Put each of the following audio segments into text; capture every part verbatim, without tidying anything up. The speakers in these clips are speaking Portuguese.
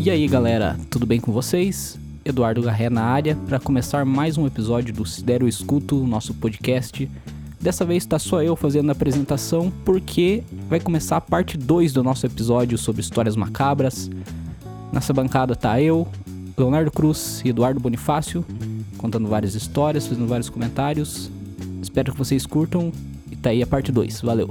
E aí galera, tudo bem com vocês? Eduardo Garré na área para começar mais um episódio do Se Der Eu Escuto, nosso podcast. Dessa vez está só eu fazendo a apresentação porque vai começar a parte dois do nosso episódio sobre histórias macabras. Nessa bancada tá eu, Leonardo Cruz e Eduardo Bonifácio, contando várias histórias, fazendo vários comentários. Espero que vocês curtam e tá aí a parte dois, valeu!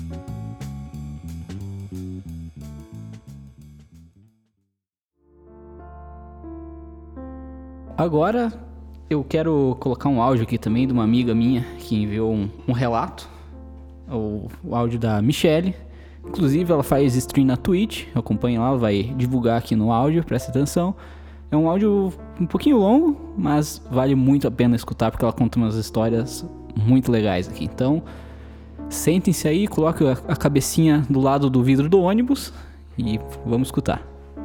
Agora eu quero colocar um áudio aqui também de uma amiga minha que enviou um, um relato, o, o áudio da Michelle. Inclusive ela faz stream na Twitch, acompanha lá, vai divulgar aqui no áudio, presta atenção. É um áudio um pouquinho longo, mas vale muito a pena escutar porque ela conta umas histórias muito legais aqui. Então sentem-se aí, coloquem a, a cabecinha do lado do vidro do ônibus e vamos escutar.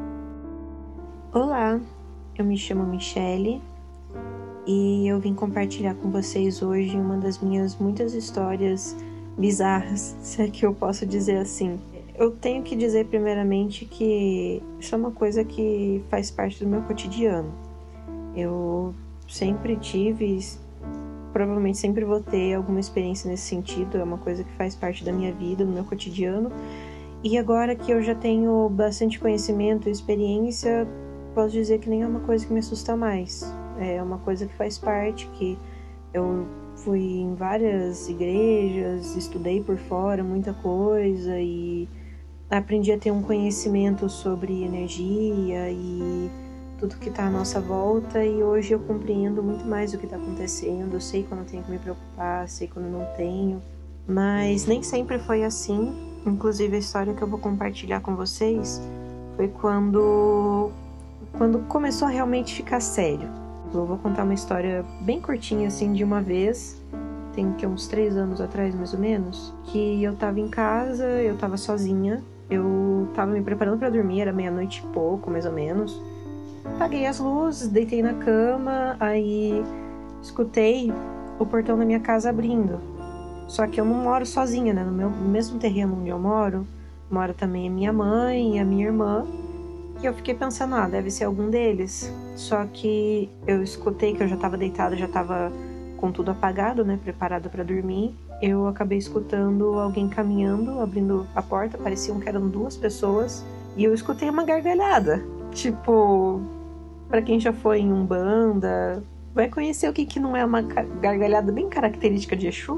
Olá! Eu me chamo Michelle e eu vim compartilhar com vocês hoje uma das minhas muitas histórias bizarras, se é que eu posso dizer assim. Eu tenho que dizer primeiramente que isso é uma coisa que faz parte do meu cotidiano. Eu sempre tive, provavelmente sempre vou ter alguma experiência nesse sentido, é uma coisa que faz parte da minha vida, do meu cotidiano. E agora que eu já tenho bastante conhecimento e experiência, posso dizer que nem é uma coisa que me assusta mais. É uma coisa que faz parte, que eu fui em várias igrejas, estudei por fora muita coisa e aprendi a ter um conhecimento sobre energia e tudo que está à nossa volta, e hoje eu compreendo muito mais o que está acontecendo. Eu sei quando eu tenho que me preocupar, sei quando não tenho, mas nem sempre foi assim. Inclusive a história que eu vou compartilhar com vocês foi quando quando começou a realmente ficar sério. Eu vou contar uma história bem curtinha, assim, de uma vez, tem que uns três anos atrás, mais ou menos, que eu tava em casa, eu tava sozinha, eu tava me preparando pra dormir, era meia-noite e pouco, mais ou menos. Apaguei as luzes, deitei na cama, aí escutei o portão da minha casa abrindo. Só que eu não moro sozinha, né? No meu no mesmo terreno onde eu moro, mora também a minha mãe e a minha irmã. E eu fiquei pensando, ah, deve ser algum deles. Só que eu escutei que eu já tava deitada, já tava com tudo apagado, né, preparada pra dormir. Eu acabei escutando alguém caminhando, abrindo a porta, pareciam que eram duas pessoas. E eu escutei uma gargalhada. Tipo, pra quem já foi em Umbanda, vai conhecer o que que não é uma gargalhada bem característica de Exu.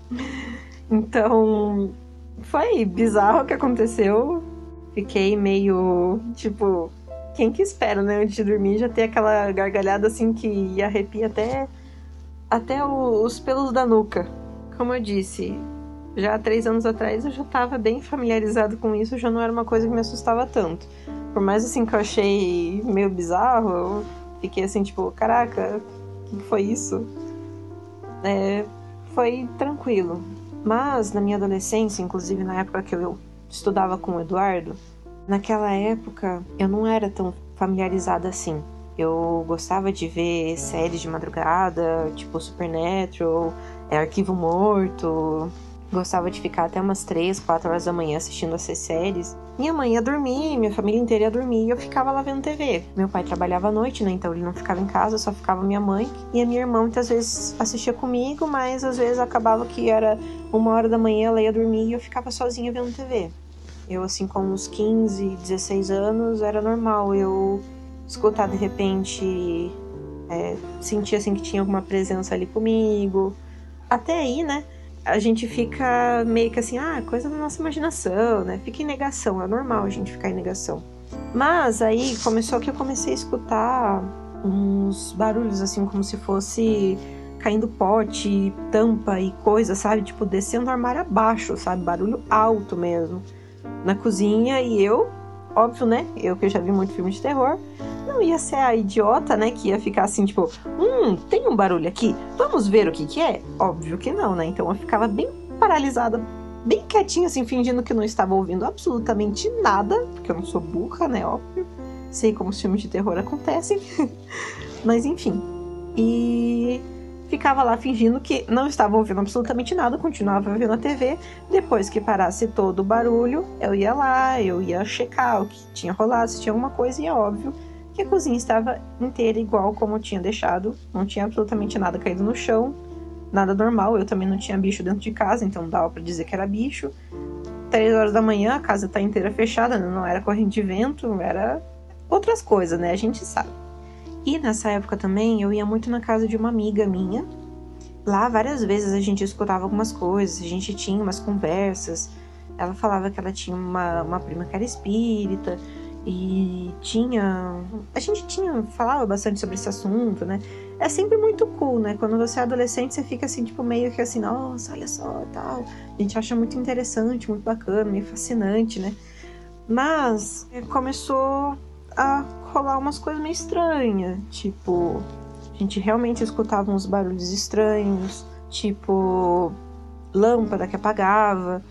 Então, foi bizarro o que aconteceu. Fiquei meio, tipo, quem que espera, né, antes de dormir já ter aquela gargalhada assim que arrepia até, até os pelos da nuca. Como eu disse, já há três anos atrás eu já estava bem familiarizado com isso, já não era uma coisa que me assustava tanto. Por mais assim que eu achei meio bizarro, eu fiquei assim, tipo, caraca, o que foi isso? É, foi tranquilo. Mas na minha adolescência, inclusive na época que eu estudava com o Eduardo, naquela época eu não era tão familiarizada assim. Eu gostava de ver séries de madrugada, tipo Supernatural, é, Arquivo Morto. Gostava de ficar até umas três, quatro horas da manhã assistindo essas séries. Minha mãe ia dormir, minha família inteira ia dormir e eu ficava lá vendo T V. Meu pai trabalhava à noite, né? Então ele não ficava em casa, só ficava minha mãe. E a minha irmã muitas vezes assistia comigo, mas às vezes acabava que era uma hora da manhã, ela ia dormir e eu ficava sozinha vendo T V. Eu, assim, com uns quinze, dezesseis anos, era normal eu escutar de repente, é, sentir assim que tinha alguma presença ali comigo. Até aí, né? A gente fica meio que assim, ah, coisa da nossa imaginação, né? Fica em negação, é normal a gente ficar em negação. Mas aí começou que eu comecei a escutar uns barulhos assim, como se fosse caindo pote, tampa e coisa, sabe? Tipo, descendo o armário abaixo, sabe? Barulho alto mesmo. Na cozinha, e eu, óbvio, né? Eu que já vi muito filme de terror, não ia ser a idiota, né? Que ia ficar assim, tipo, hum, tem um barulho aqui, vamos ver o que que é? Óbvio que não, né? Então eu ficava bem paralisada, bem quietinha, assim, fingindo que não estava ouvindo absolutamente nada, porque eu não sou burra, né? Óbvio. Sei como os filmes de terror acontecem. Mas enfim. E ficava lá fingindo que não estava ouvindo absolutamente nada, continuava vendo a T V. Depois que parasse todo o barulho, eu ia lá, eu ia checar o que tinha rolado, se tinha alguma coisa, e é óbvio que a cozinha estava inteira igual como eu tinha deixado, não tinha absolutamente nada caído no chão, nada normal. Eu também não tinha bicho dentro de casa, então não dava pra dizer que era bicho. Três horas da manhã, a casa tá inteira fechada, não era corrente de vento, era outras coisas, né, a gente sabe. E nessa época também, eu ia muito na casa de uma amiga minha. Lá, várias vezes, a gente escutava algumas coisas, a gente tinha umas conversas. Ela falava que ela tinha uma, uma prima que era espírita, e tinha... A gente tinha, falava bastante sobre esse assunto, né? É sempre muito cool, né? Quando você é adolescente, você fica assim, tipo, meio que assim, nossa, olha só, tal. A gente acha muito interessante, muito bacana, meio fascinante, né? Mas começou a rolar umas coisas meio estranhas, tipo, a gente realmente escutava uns barulhos estranhos, tipo, lâmpada que apagava,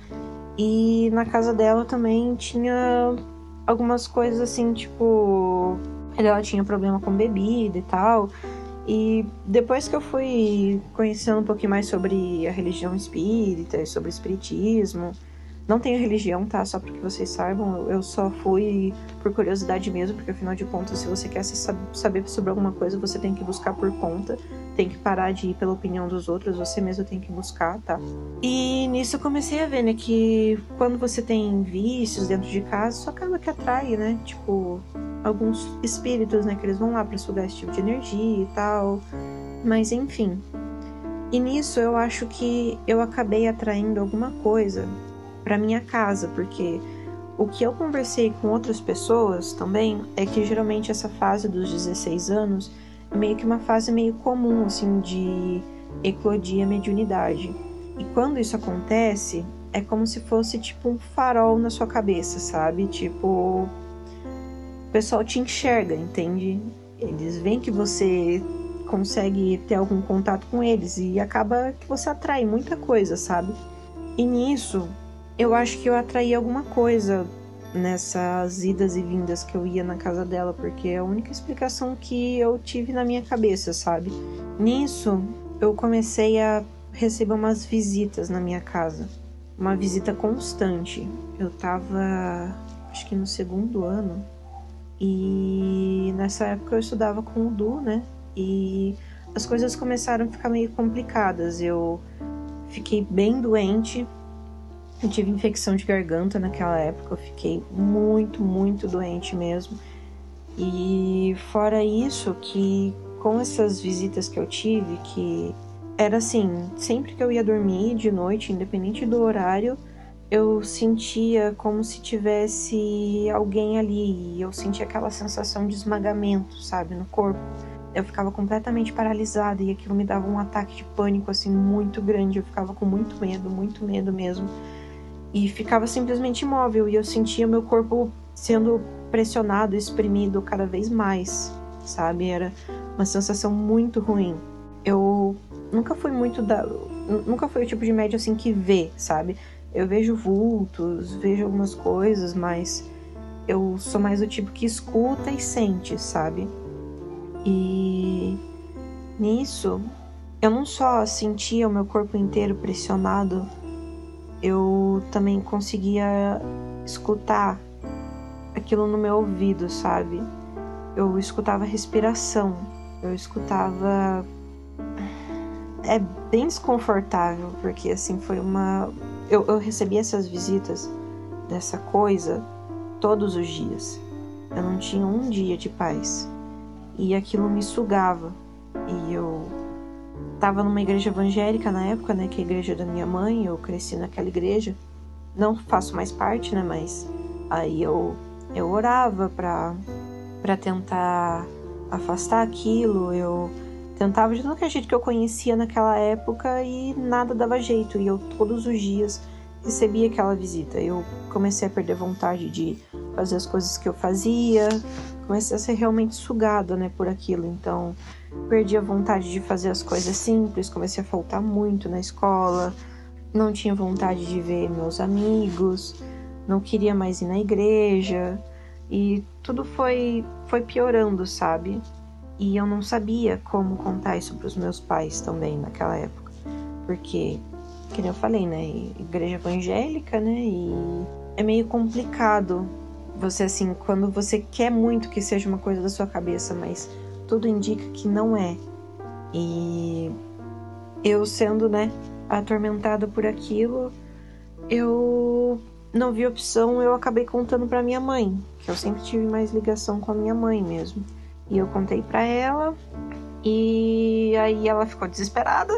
e na casa dela também tinha algumas coisas assim, tipo, ela tinha problema com bebida e tal, e depois que eu fui conhecendo um pouquinho mais sobre a religião espírita, sobre o espiritismo. Não tenho religião, tá? Só para que vocês saibam, eu só fui por curiosidade mesmo, porque afinal de contas, se você quer saber sobre alguma coisa, você tem que buscar por conta, tem que parar de ir pela opinião dos outros, você mesmo tem que buscar, tá? E nisso eu comecei a ver, né, que quando você tem vícios dentro de casa, isso acaba que atrai, né? Tipo, alguns espíritos, né, que eles vão lá pra sugar esse tipo de energia e tal. Mas enfim. E nisso eu acho que eu acabei atraindo alguma coisa para minha casa, porque o que eu conversei com outras pessoas também é que geralmente essa fase dos dezesseis anos é meio que uma fase meio comum, assim, de eclodir a mediunidade. E quando isso acontece, é como se fosse tipo um farol na sua cabeça, sabe? Tipo, o pessoal te enxerga, entende? Eles veem que você consegue ter algum contato com eles e acaba que você atrai muita coisa, sabe? E nisso, eu acho que eu atraí alguma coisa nessas idas e vindas que eu ia na casa dela, porque é a única explicação que eu tive na minha cabeça, sabe? Nisso, eu comecei a receber umas visitas na minha casa. Uma visita constante. Eu tava, acho que no segundo ano, e nessa época eu estudava com o Du, né? E as coisas começaram a ficar meio complicadas. Eu fiquei bem doente. Eu tive infecção de garganta naquela época, eu fiquei muito, muito doente mesmo. E fora isso, que com essas visitas que eu tive, que era assim, sempre que eu ia dormir de noite, independente do horário, eu sentia como se tivesse alguém ali, e eu sentia aquela sensação de esmagamento, sabe, no corpo. Eu ficava completamente paralisada e aquilo me dava um ataque de pânico, assim, muito grande. Eu ficava com muito medo, muito medo mesmo. E ficava simplesmente imóvel, e eu sentia meu corpo sendo pressionado, exprimido cada vez mais, sabe? Era uma sensação muito ruim. Eu nunca fui muito da... Nunca fui o tipo de médium assim que vê, sabe? Eu vejo vultos, vejo algumas coisas, mas eu sou mais o tipo que escuta e sente, sabe? E nisso, eu não só sentia o meu corpo inteiro pressionado, eu também conseguia escutar aquilo no meu ouvido, sabe? Eu escutava respiração, eu escutava... É bem desconfortável, porque assim, foi uma... Eu, eu recebi essas visitas dessa coisa todos os dias. Eu não tinha um dia de paz. E aquilo me sugava. E eu tava numa igreja evangélica na época, né? Que é a igreja da minha mãe. Eu cresci naquela igreja. Não faço mais parte, né? Mas aí eu, eu orava pra, pra tentar afastar aquilo. Eu tentava de todo jeito que eu conhecia naquela época e nada dava jeito. E eu todos os dias recebia aquela visita. Eu comecei a perder vontade de fazer as coisas que eu fazia. Comecei a ser realmente sugada, né, por aquilo. Então, perdi a vontade de fazer as coisas simples. Comecei a faltar muito na escola. Não tinha vontade de ver meus amigos. Não queria mais ir na igreja. E tudo foi, foi piorando, sabe? E eu não sabia como contar isso para os meus pais também naquela época. Porque, como eu falei, né? Igreja evangélica, né? E é meio complicado você, assim, quando você quer muito que seja uma coisa da sua cabeça, mas tudo indica que não é. E eu sendo, né, atormentada por aquilo, eu não vi opção, eu acabei contando pra minha mãe, que eu sempre tive mais ligação com a minha mãe mesmo. E eu contei pra ela, e aí ela ficou desesperada.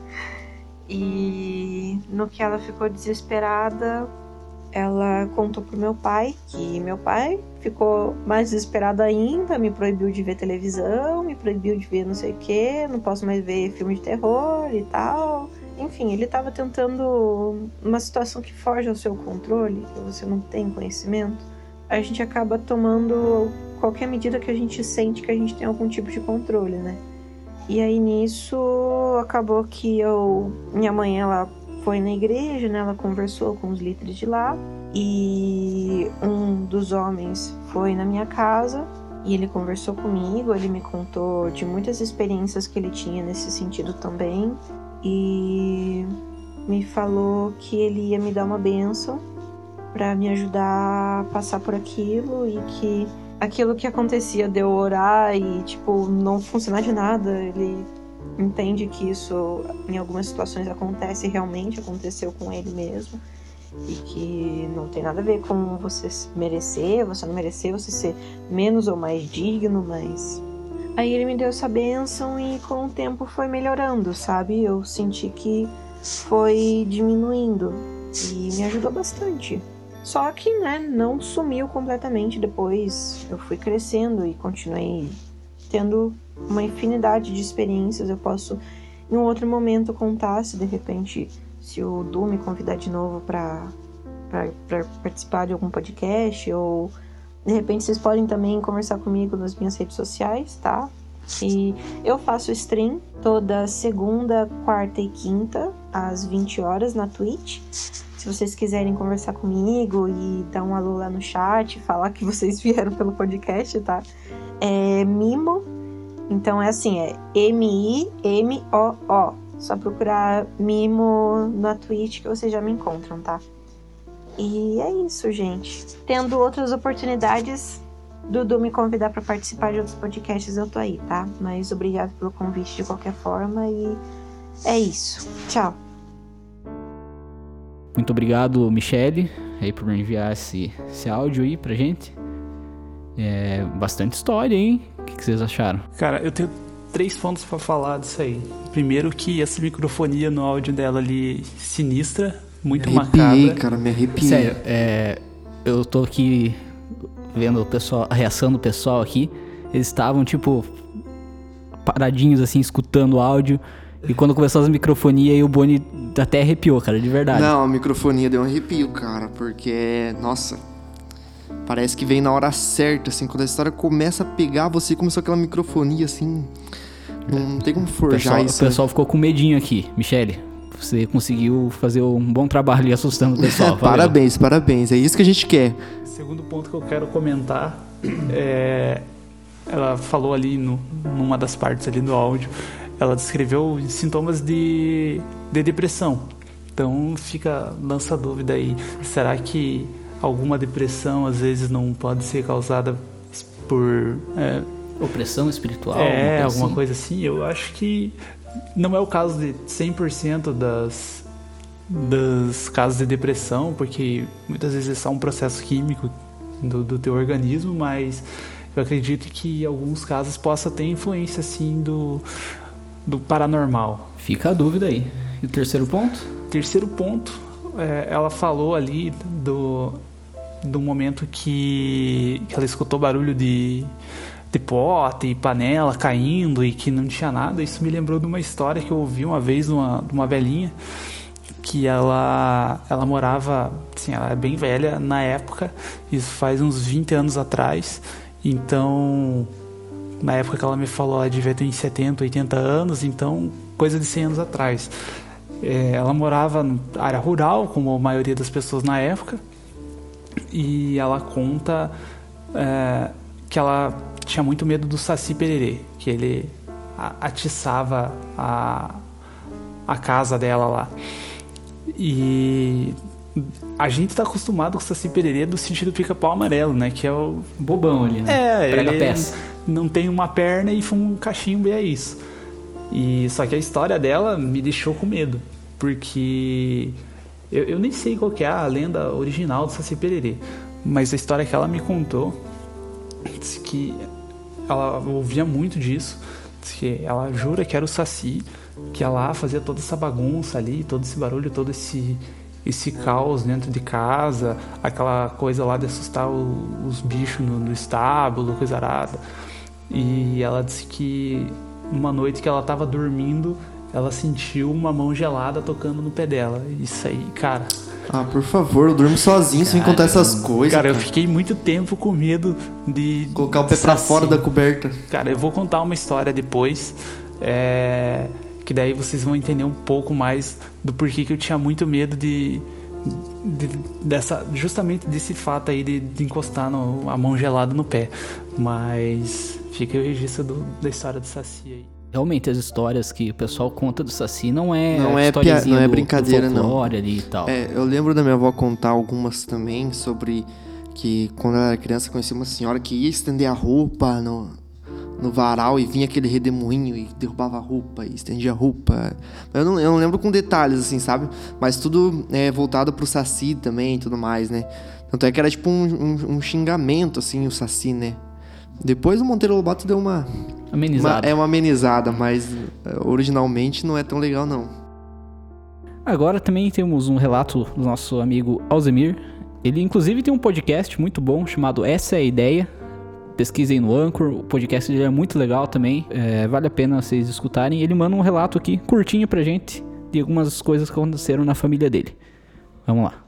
E no que ela ficou desesperada, ela contou pro meu pai, que meu pai ficou mais desesperado ainda, me proibiu de ver televisão, me proibiu de ver não sei o que, não posso mais ver filme de terror e tal. Enfim, ele tava tentando uma situação que foge ao seu controle, que você não tem conhecimento. A gente acaba tomando qualquer medida que a gente sente que a gente tem algum tipo de controle, né? E aí nisso acabou que eu, minha mãe, ela foi na igreja, né? Ela conversou com os líderes de lá e um dos homens foi na minha casa e ele conversou comigo, ele me contou de muitas experiências que ele tinha nesse sentido também e me falou que ele ia me dar uma bênção para me ajudar a passar por aquilo e que aquilo que acontecia de eu orar e, tipo, não funcionar de nada, ele entende que isso em algumas situações acontece, realmente aconteceu com ele mesmo, e que não tem nada a ver com você merecer, você não merecer, você ser menos ou mais digno, mas... Aí ele me deu essa bênção e com o tempo foi melhorando, sabe? Eu senti que foi diminuindo e me ajudou bastante. Só que, né, não sumiu completamente. Depois eu fui crescendo e continuei tendo uma infinidade de experiências. Eu posso, em um outro momento, contar se de repente, se o Du me convidar de novo para para participar de algum podcast, ou de repente vocês podem também conversar comigo nas minhas redes sociais, tá? E eu faço stream toda segunda, quarta e quinta, às vinte horas na Twitch. Se vocês quiserem conversar comigo e dar um alô lá no chat, falar que vocês vieram pelo podcast, tá? É Mimo. Então é assim, é M I M O O. Só procurar Mimo na Twitch que vocês já me encontram, tá? E é isso, gente. Tendo outras oportunidades, Dudu me convidar para participar de outros podcasts, eu tô aí, tá? Mas obrigado pelo convite de qualquer forma e é isso. Tchau. Muito obrigado, Michele, aí por enviar esse, esse áudio aí pra gente. É bastante história, hein? O que, que vocês acharam? Cara, eu tenho três pontos pra falar disso aí. Primeiro que essa microfonia no áudio dela ali, sinistra, muito me arrepiei, macabra. cara, me arrepiei. Sério, é, eu tô aqui vendo o pessoal, a reação do pessoal aqui. Eles estavam, tipo, paradinhos assim, escutando o áudio. E quando começou as microfonias, aí o Boni até arrepiou, cara, de verdade. Não, a microfonia deu um arrepio, cara, porque, nossa, parece que vem na hora certa, assim, quando a história começa a pegar, você começou aquela microfonia, assim, não tem como forjar pessoal, isso. O pessoal ficou com medinho aqui. Michele, você conseguiu fazer um bom trabalho ali assustando o pessoal. Parabéns, parabéns, é isso que a gente quer. Segundo ponto que eu quero comentar é... Ela falou ali no, numa das partes ali do áudio, ela descreveu sintomas de, de depressão. Então fica, lança a dúvida aí, será que alguma depressão às vezes não pode ser causada por... É, opressão espiritual? É, alguma coisa alguma assim? coisa assim. Eu acho que não é o caso de cem por cento das, das casos de depressão, porque muitas vezes é só um processo químico do, do teu organismo, mas eu acredito que em alguns casos possa ter influência assim do... do paranormal. Fica a dúvida aí. E o terceiro ponto? Terceiro ponto, é, ela falou ali do, do momento que, que ela escutou barulho de, de pote e panela caindo e que não tinha nada. Isso me lembrou de uma história que eu ouvi uma vez de uma, de uma velhinha, que ela, ela morava, assim, ela é bem velha na época, isso faz uns vinte anos atrás, então... Na época que ela me falou, ela devia ter uns setenta, oitenta anos, então coisa de cem anos atrás. É, ela morava na área rural, como a maioria das pessoas na época, e ela conta é, que ela tinha muito medo do Saci Pererê, que ele atiçava a, a casa dela lá. E a gente tá acostumado com o Saci Pererê do sentido pica-pau amarelo, né? Que é o bobão ali, né? É, Prega ele peça. Não tem uma perna e fuma um cachimbo e é isso. E só que a história dela me deixou com medo, porque eu, eu nem sei qual que é a lenda original do Saci Pererê, mas a história que ela me contou disse que ela ouvia muito disso, disse que ela jura que era o Saci, que ia lá fazia toda essa bagunça ali, todo esse barulho, todo esse esse caos dentro de casa, aquela coisa lá de assustar o, os bichos no, no estábulo, coisa arada. E ela disse que uma noite que ela tava dormindo, ela sentiu uma mão gelada tocando no pé dela. Isso aí, cara. Ah, por favor, eu durmo sozinho sem contar essas coisas. Cara, Cara, eu fiquei muito tempo com medo de colocar o pé pra Saci. fora da coberta. Cara, eu vou contar uma história depois, é, que daí vocês vão entender um pouco mais do porquê que eu tinha muito medo de, de dessa, justamente desse fato aí de, de encostar no, a mão gelada no pé. Mas fica o registro do, da história do Saci aí. Realmente as histórias que o pessoal conta do Saci não é Não é historiezinha pia- não é do- brincadeira, do não. folclore ali e tal. É, eu lembro da minha avó contar algumas também sobre que quando ela era criança conhecia uma senhora que ia estender a roupa no, no varal e vinha aquele redemoinho e derrubava a roupa e estendia a roupa. Eu não, eu não lembro com detalhes, assim, sabe? Mas tudo é voltado pro Saci também e tudo mais, né? Tanto é que era tipo um, um, um xingamento, assim, o Saci, né? Depois o Monteiro Lobato deu uma... Amenizado. Uma, é uma amenizada, mas originalmente não é tão legal, não. Agora também temos um relato do nosso amigo Alzemir. Ele inclusive tem um podcast muito bom chamado Essa é a Ideia. Pesquisem no Anchor, o podcast dele é muito legal também. É, vale a pena vocês escutarem. Ele manda um relato aqui, curtinho pra gente, de algumas coisas que aconteceram na família dele. Vamos lá.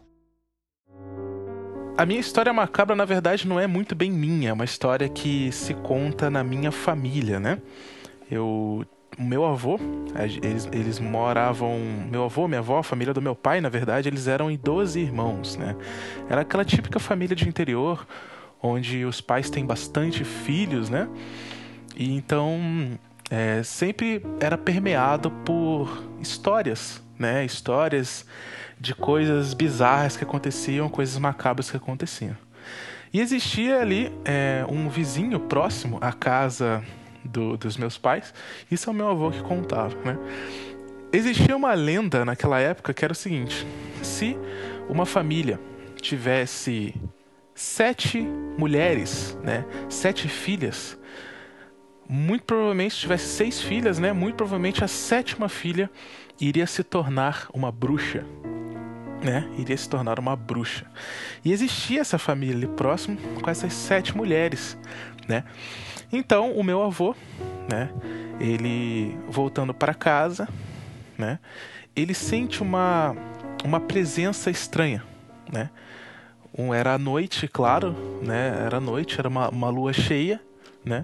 A minha história macabra, na verdade, não é muito bem minha. É uma história que se conta na minha família, né? Eu... O meu avô, eles, eles moravam... Meu avô, minha avó, a família do meu pai, na verdade, eles eram em doze irmãos, né? Era aquela típica família de interior, onde os pais têm bastante filhos, né? E então, é, sempre era permeado por histórias, né? Histórias de coisas bizarras que aconteciam, coisas macabras que aconteciam. E existia ali é, um vizinho próximo à casa do, dos meus pais. Isso é o meu avô que contava, né? Existia uma lenda naquela época que era o seguinte: se uma família tivesse sete mulheres, né, sete filhas, muito provavelmente, se tivesse seis filhas, né, muito provavelmente a sétima filha iria se tornar uma bruxa. Né, iria se tornar uma bruxa. E existia essa família ali próximo com essas sete mulheres, né? Então o meu avô, né, ele voltando para casa, né, ele sente uma uma presença estranha, né? Um, era a noite, claro, né? Era a noite, era uma, uma lua cheia, né?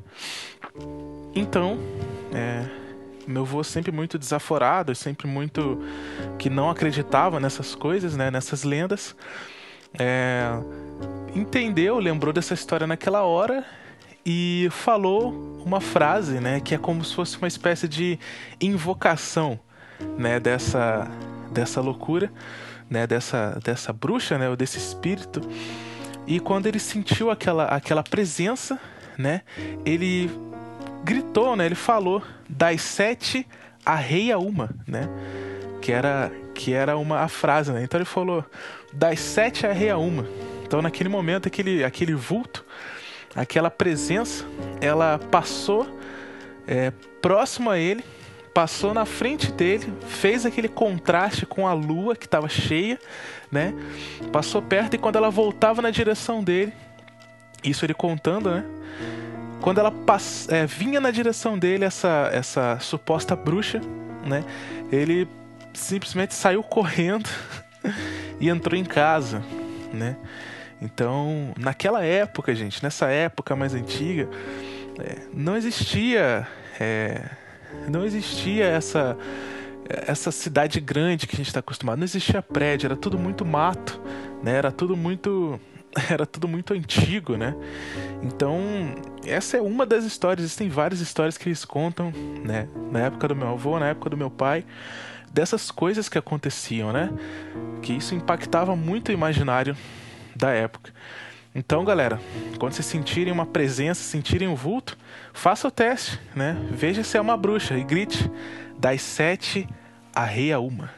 Então, é, meu avô sempre muito desaforado, sempre muito que não acreditava nessas coisas, né, nessas lendas, é, entendeu, lembrou dessa história naquela hora e falou uma frase, né, que é como se fosse uma espécie de invocação, né, dessa, dessa loucura, né, dessa, dessa bruxa, né, ou desse espírito. E quando ele sentiu aquela, aquela presença, né, ele gritou, né? Ele falou: das sete arreia uma, né? Que era, que era uma a frase, né? Então ele falou: das sete arreia uma. Então naquele momento, aquele, aquele vulto, aquela presença, ela passou é, próximo a ele, passou na frente dele, fez aquele contraste com a lua que estava cheia, né? Passou perto e quando ela voltava na direção dele, isso ele contando, né? Quando ela pass... é, vinha na direção dele, essa, essa suposta bruxa, né? Ele simplesmente saiu correndo e entrou em casa, né? Então, naquela época, gente, nessa época mais antiga, é, não existia, é, não existia essa, essa cidade grande que a gente está acostumado. Não existia prédio, era tudo muito mato, né? Era tudo muito era tudo muito antigo, né? Então, essa é uma das histórias. Existem várias histórias que eles contam, né? Na época do meu avô, na época do meu pai, dessas coisas que aconteciam, né? Que isso impactava muito o imaginário da época. Então, galera, quando vocês sentirem uma presença, sentirem um vulto, faça o teste, né? Veja se é uma bruxa e grite: das sete, arreia uma.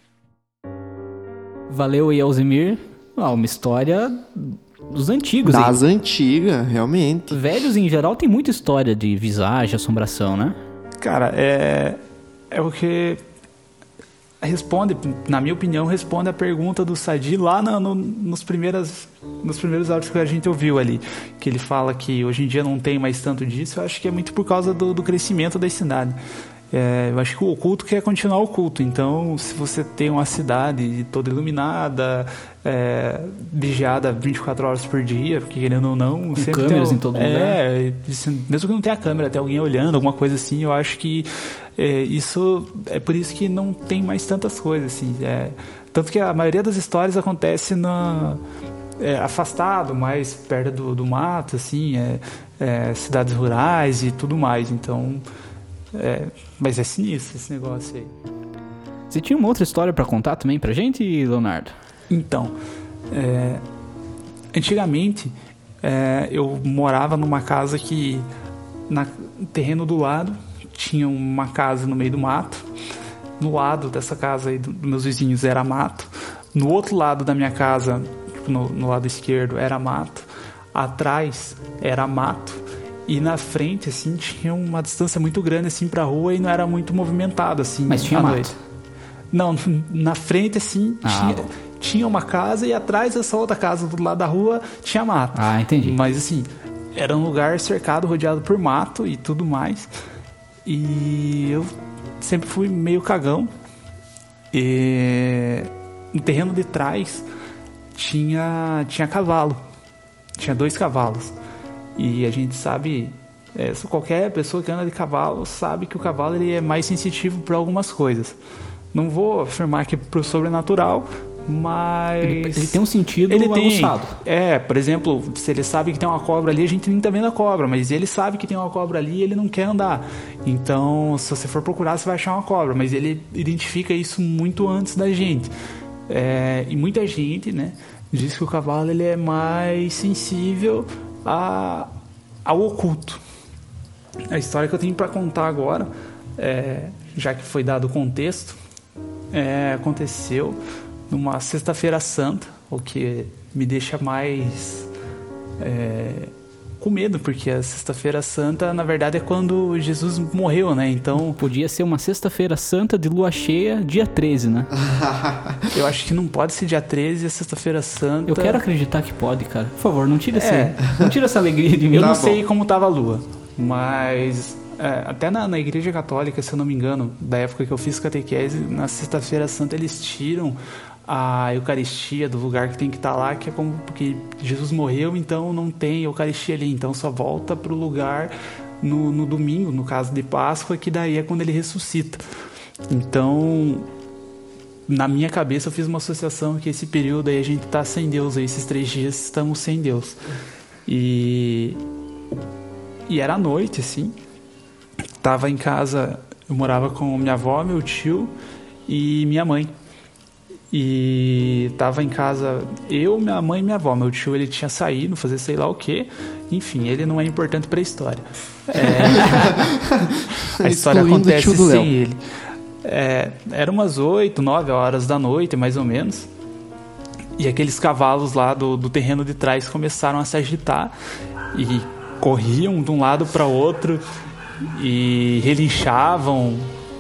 Valeu, Elzimir. Ah, uma história dos antigos. Das hein? antigas, realmente. Velhos, em geral, tem muita história de visagem, assombração, né? Cara, é, é o que responde, na minha opinião, responde a pergunta do Sadi lá no, no, nos, primeiras, nos primeiros áudios que a gente ouviu ali. Que ele fala que hoje em dia não tem mais tanto disso. Eu acho que é muito por causa do, do crescimento da cidade. É, eu acho que o oculto quer continuar oculto. Então, se você tem uma cidade toda iluminada, é, vigiada vinte e quatro horas por dia, porque querendo ou não, com sempre câmeras tem, em todo é, lugar. Mesmo que não tenha câmera, tem alguém olhando, alguma coisa assim. Eu acho que é, isso é por isso que não tem mais tantas coisas assim. É, tanto que a maioria das histórias acontece na É, afastado, mais perto do, do mato, assim, é, é, cidades rurais e tudo mais. Então, é, mas é sinistro esse negócio aí. Você tinha uma outra história pra contar também pra gente, Leonardo? Então, é, antigamente é, eu morava numa casa que na, no terreno do lado tinha uma casa no meio do mato. No lado dessa casa aí dos meus vizinhos era mato. No outro lado da minha casa, No, no lado esquerdo era mato, atrás era mato e na frente assim tinha uma distância muito grande assim pra rua e não era muito movimentado assim. Mas tinha à mato? noite. Não, na frente assim ah, tinha, tinha uma casa e atrás dessa outra casa do lado da rua tinha mato. Ah, entendi. Mas assim, era um lugar cercado, rodeado por mato e tudo mais. E eu sempre fui meio cagão. E no terreno de trás tinha, tinha cavalo, tinha dois cavalos, e a gente sabe, é, qualquer pessoa que anda de cavalo sabe que o cavalo ele é mais sensitivo para algumas coisas. Não vou afirmar que é pro sobrenatural, mas ele, ele tem um sentido ele tem, aguçado. É, por exemplo, se ele sabe que tem uma cobra ali, a gente nem tá vendo a cobra, mas ele sabe que tem uma cobra ali e ele não quer andar. Então, se você for procurar, você vai achar uma cobra, mas ele identifica isso muito antes da gente. É, e muita gente, né, diz que o cavalo ele é mais sensível a, ao oculto. A história que eu tenho para contar agora, é, já que foi dado o contexto, é, aconteceu numa sexta-feira santa, o que me deixa mais é, com medo, porque a sexta-feira santa na verdade é quando Jesus morreu, né? Então podia ser uma sexta-feira santa de lua cheia, dia treze, né? Eu acho que não pode ser dia treze, é sexta-feira santa. Eu quero acreditar que pode, cara. Por favor, não tira, é. esse, não tira essa alegria de mim. Eu não Tá sei bom. como tava a lua, mas é, até na, na igreja católica, se eu não me engano, da época que eu fiz catequese, na sexta-feira santa eles tiram a Eucaristia do lugar que tem que estar lá, que é como porque Jesus morreu, então não tem Eucaristia ali, então só volta pro lugar no, no domingo, no caso de Páscoa, que daí é quando ele ressuscita. Então, na minha cabeça eu fiz uma associação que esse período aí a gente tá sem Deus, aí esses três dias estamos sem Deus. E, e era noite, assim, tava em casa, eu morava com minha avó, meu tio e minha mãe. E tava em casa eu, minha mãe e minha avó. Meu tio ele tinha saído fazer sei lá o que. Enfim, ele não é importante pra história. É... A história acontece sem ele. É... Era umas oito, nove horas da noite, mais ou menos. E aqueles cavalos lá do, do terreno de trás começaram a se agitar e corriam de um lado para outro e relinchavam.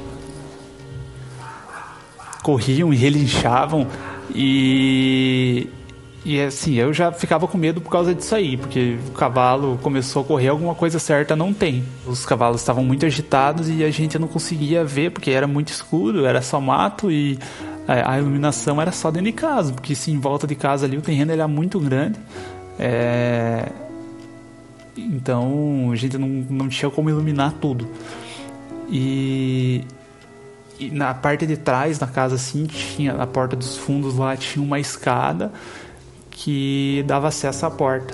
Corriam e relinchavam e, e assim, eu já ficava com medo por causa disso aí, porque o cavalo começou a correr, alguma coisa certa não tem. Os cavalos estavam muito agitados e a gente não conseguia ver, porque era muito escuro, era só mato e a, a iluminação era só dentro de casa, porque se em volta de casa ali o terreno era muito grande, é... então a gente não, não tinha como iluminar tudo. E... E na parte de trás da casa, assim, tinha, na porta dos fundos lá, tinha uma escada que dava acesso à porta.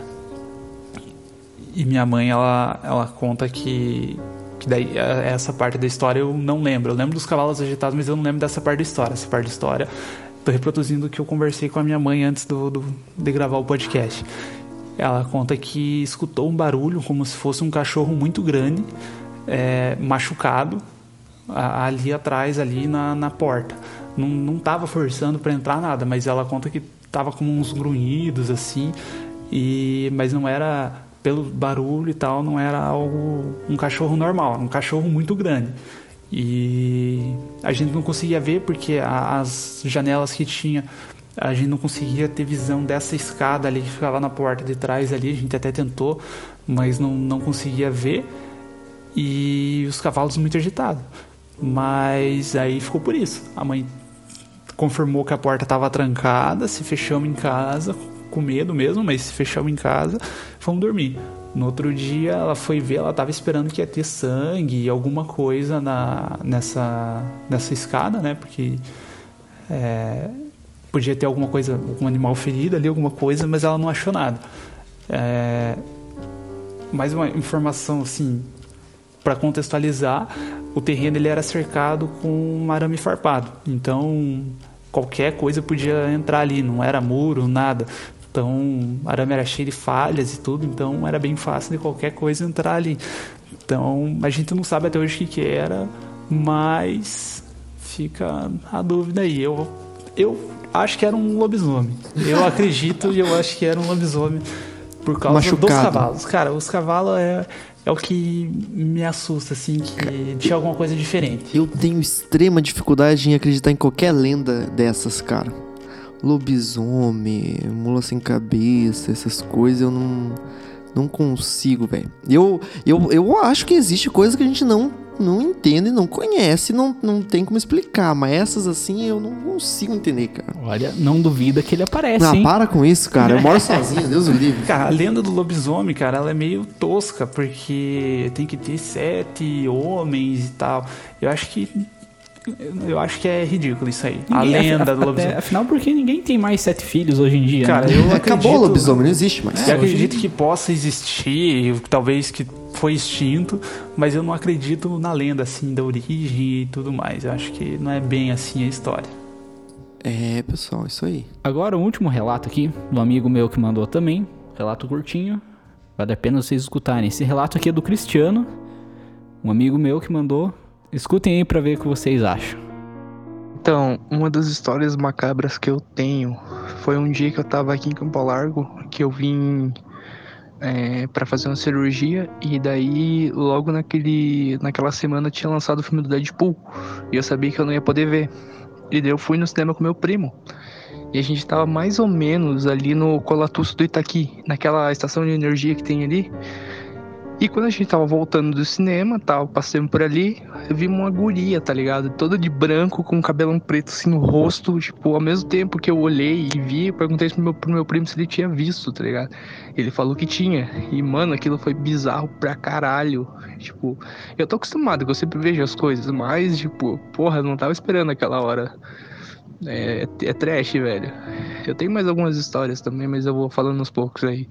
E minha mãe, ela, ela conta que, que daí, essa parte da história eu não lembro. Eu lembro dos cavalos agitados, mas eu não lembro dessa parte da história. Essa parte da história, tô reproduzindo o que eu conversei com a minha mãe antes do, do, de gravar o podcast. Ela conta que escutou um barulho como se fosse um cachorro muito grande, é, machucado, a, ali atrás, ali na, na porta. Não, não tava forçando para entrar nada, mas ela conta que tava com uns grunhidos assim, e, mas não era, pelo barulho e tal, não era algo, um cachorro normal, um cachorro muito grande. E a gente não conseguia ver porque a, as janelas que tinha, a gente não conseguia ter visão dessa escada ali que ficava na porta de trás ali. A gente até tentou, mas não, não conseguia ver. E os cavalos muito agitados. Mas aí ficou por isso. A mãe confirmou que a porta estava trancada, se fechamos em casa, com medo mesmo, mas se fechamos em casa, fomos dormir. No outro dia ela foi ver, ela estava esperando que ia ter sangue, alguma coisa na, nessa, nessa escada, né? Porque... É, podia ter alguma coisa, algum animal ferido ali, alguma coisa, mas ela não achou nada. É... Mais uma informação, assim, para contextualizar, o terreno ele era cercado com um arame farpado. Então, qualquer coisa podia entrar ali, não era muro, nada. Então, o arame era cheio de falhas e tudo, então era bem fácil de qualquer coisa entrar ali. Então, a gente não sabe até hoje o que, que era, mas fica a dúvida aí. Eu... eu acho que era um lobisomem. Eu acredito e eu acho que era um lobisomem por causa Machucado. dos cavalos. Cara, os cavalos é, é o que me assusta, assim, que tinha alguma coisa diferente. Eu tenho extrema dificuldade em acreditar em qualquer lenda dessas, cara. Lobisomem, mula sem cabeça, essas coisas eu não, não consigo, velho. Eu, eu, eu acho que existe coisa que a gente não não entende, não conhece, não, não tem como explicar, mas essas assim eu não consigo entender, cara. Olha, não duvida que ele aparece, Ah, hein? para com isso, cara. Eu moro sozinho, Deus o livre. Cara, a lenda do lobisomem, cara, ela é meio tosca, porque tem que ter sete homens e tal. Eu acho que eu acho que é ridículo isso aí. A Ninguém- lenda até- do lobisomem. Afinal, porque ninguém tem mais sete filhos hoje em dia, Cara, né? eu acredito... Acabou o lobisomem, não existe mais. Eu acredito que possa existir, talvez que foi extinto, mas eu não acredito na lenda, assim, da origem e tudo mais. Eu acho que não é bem assim a história. É, pessoal, isso aí. Agora, o último relato aqui, do amigo meu que mandou também. Relato curtinho. Vale a pena vocês escutarem. Esse relato aqui é do Cristiano, um amigo meu que mandou. Escutem aí pra ver o que vocês acham. Então, uma das histórias macabras que eu tenho foi um dia que eu tava aqui em Campo Largo, que eu vim é, pra fazer uma cirurgia, e daí logo naquele, naquela semana tinha lançado o filme do Deadpool, e eu sabia que eu não ia poder ver. E daí eu fui no cinema com meu primo, e a gente tava mais ou menos ali no Colatuço do Itaqui, naquela estação de energia que tem ali. E quando a gente tava voltando do cinema, tal, passando por ali, eu vi uma guria, tá ligado? Toda de branco, com cabelão preto assim no rosto, tipo, ao mesmo tempo que eu olhei e vi, eu perguntei pro meu, pro meu primo se ele tinha visto, tá ligado? Ele falou que tinha. E, mano, aquilo foi bizarro pra caralho. Tipo, eu tô acostumado, que eu sempre vejo as coisas, mas, tipo, porra, eu não tava esperando aquela hora. É, é trash, velho. Eu tenho mais algumas histórias também, mas eu vou falando aos poucos aí.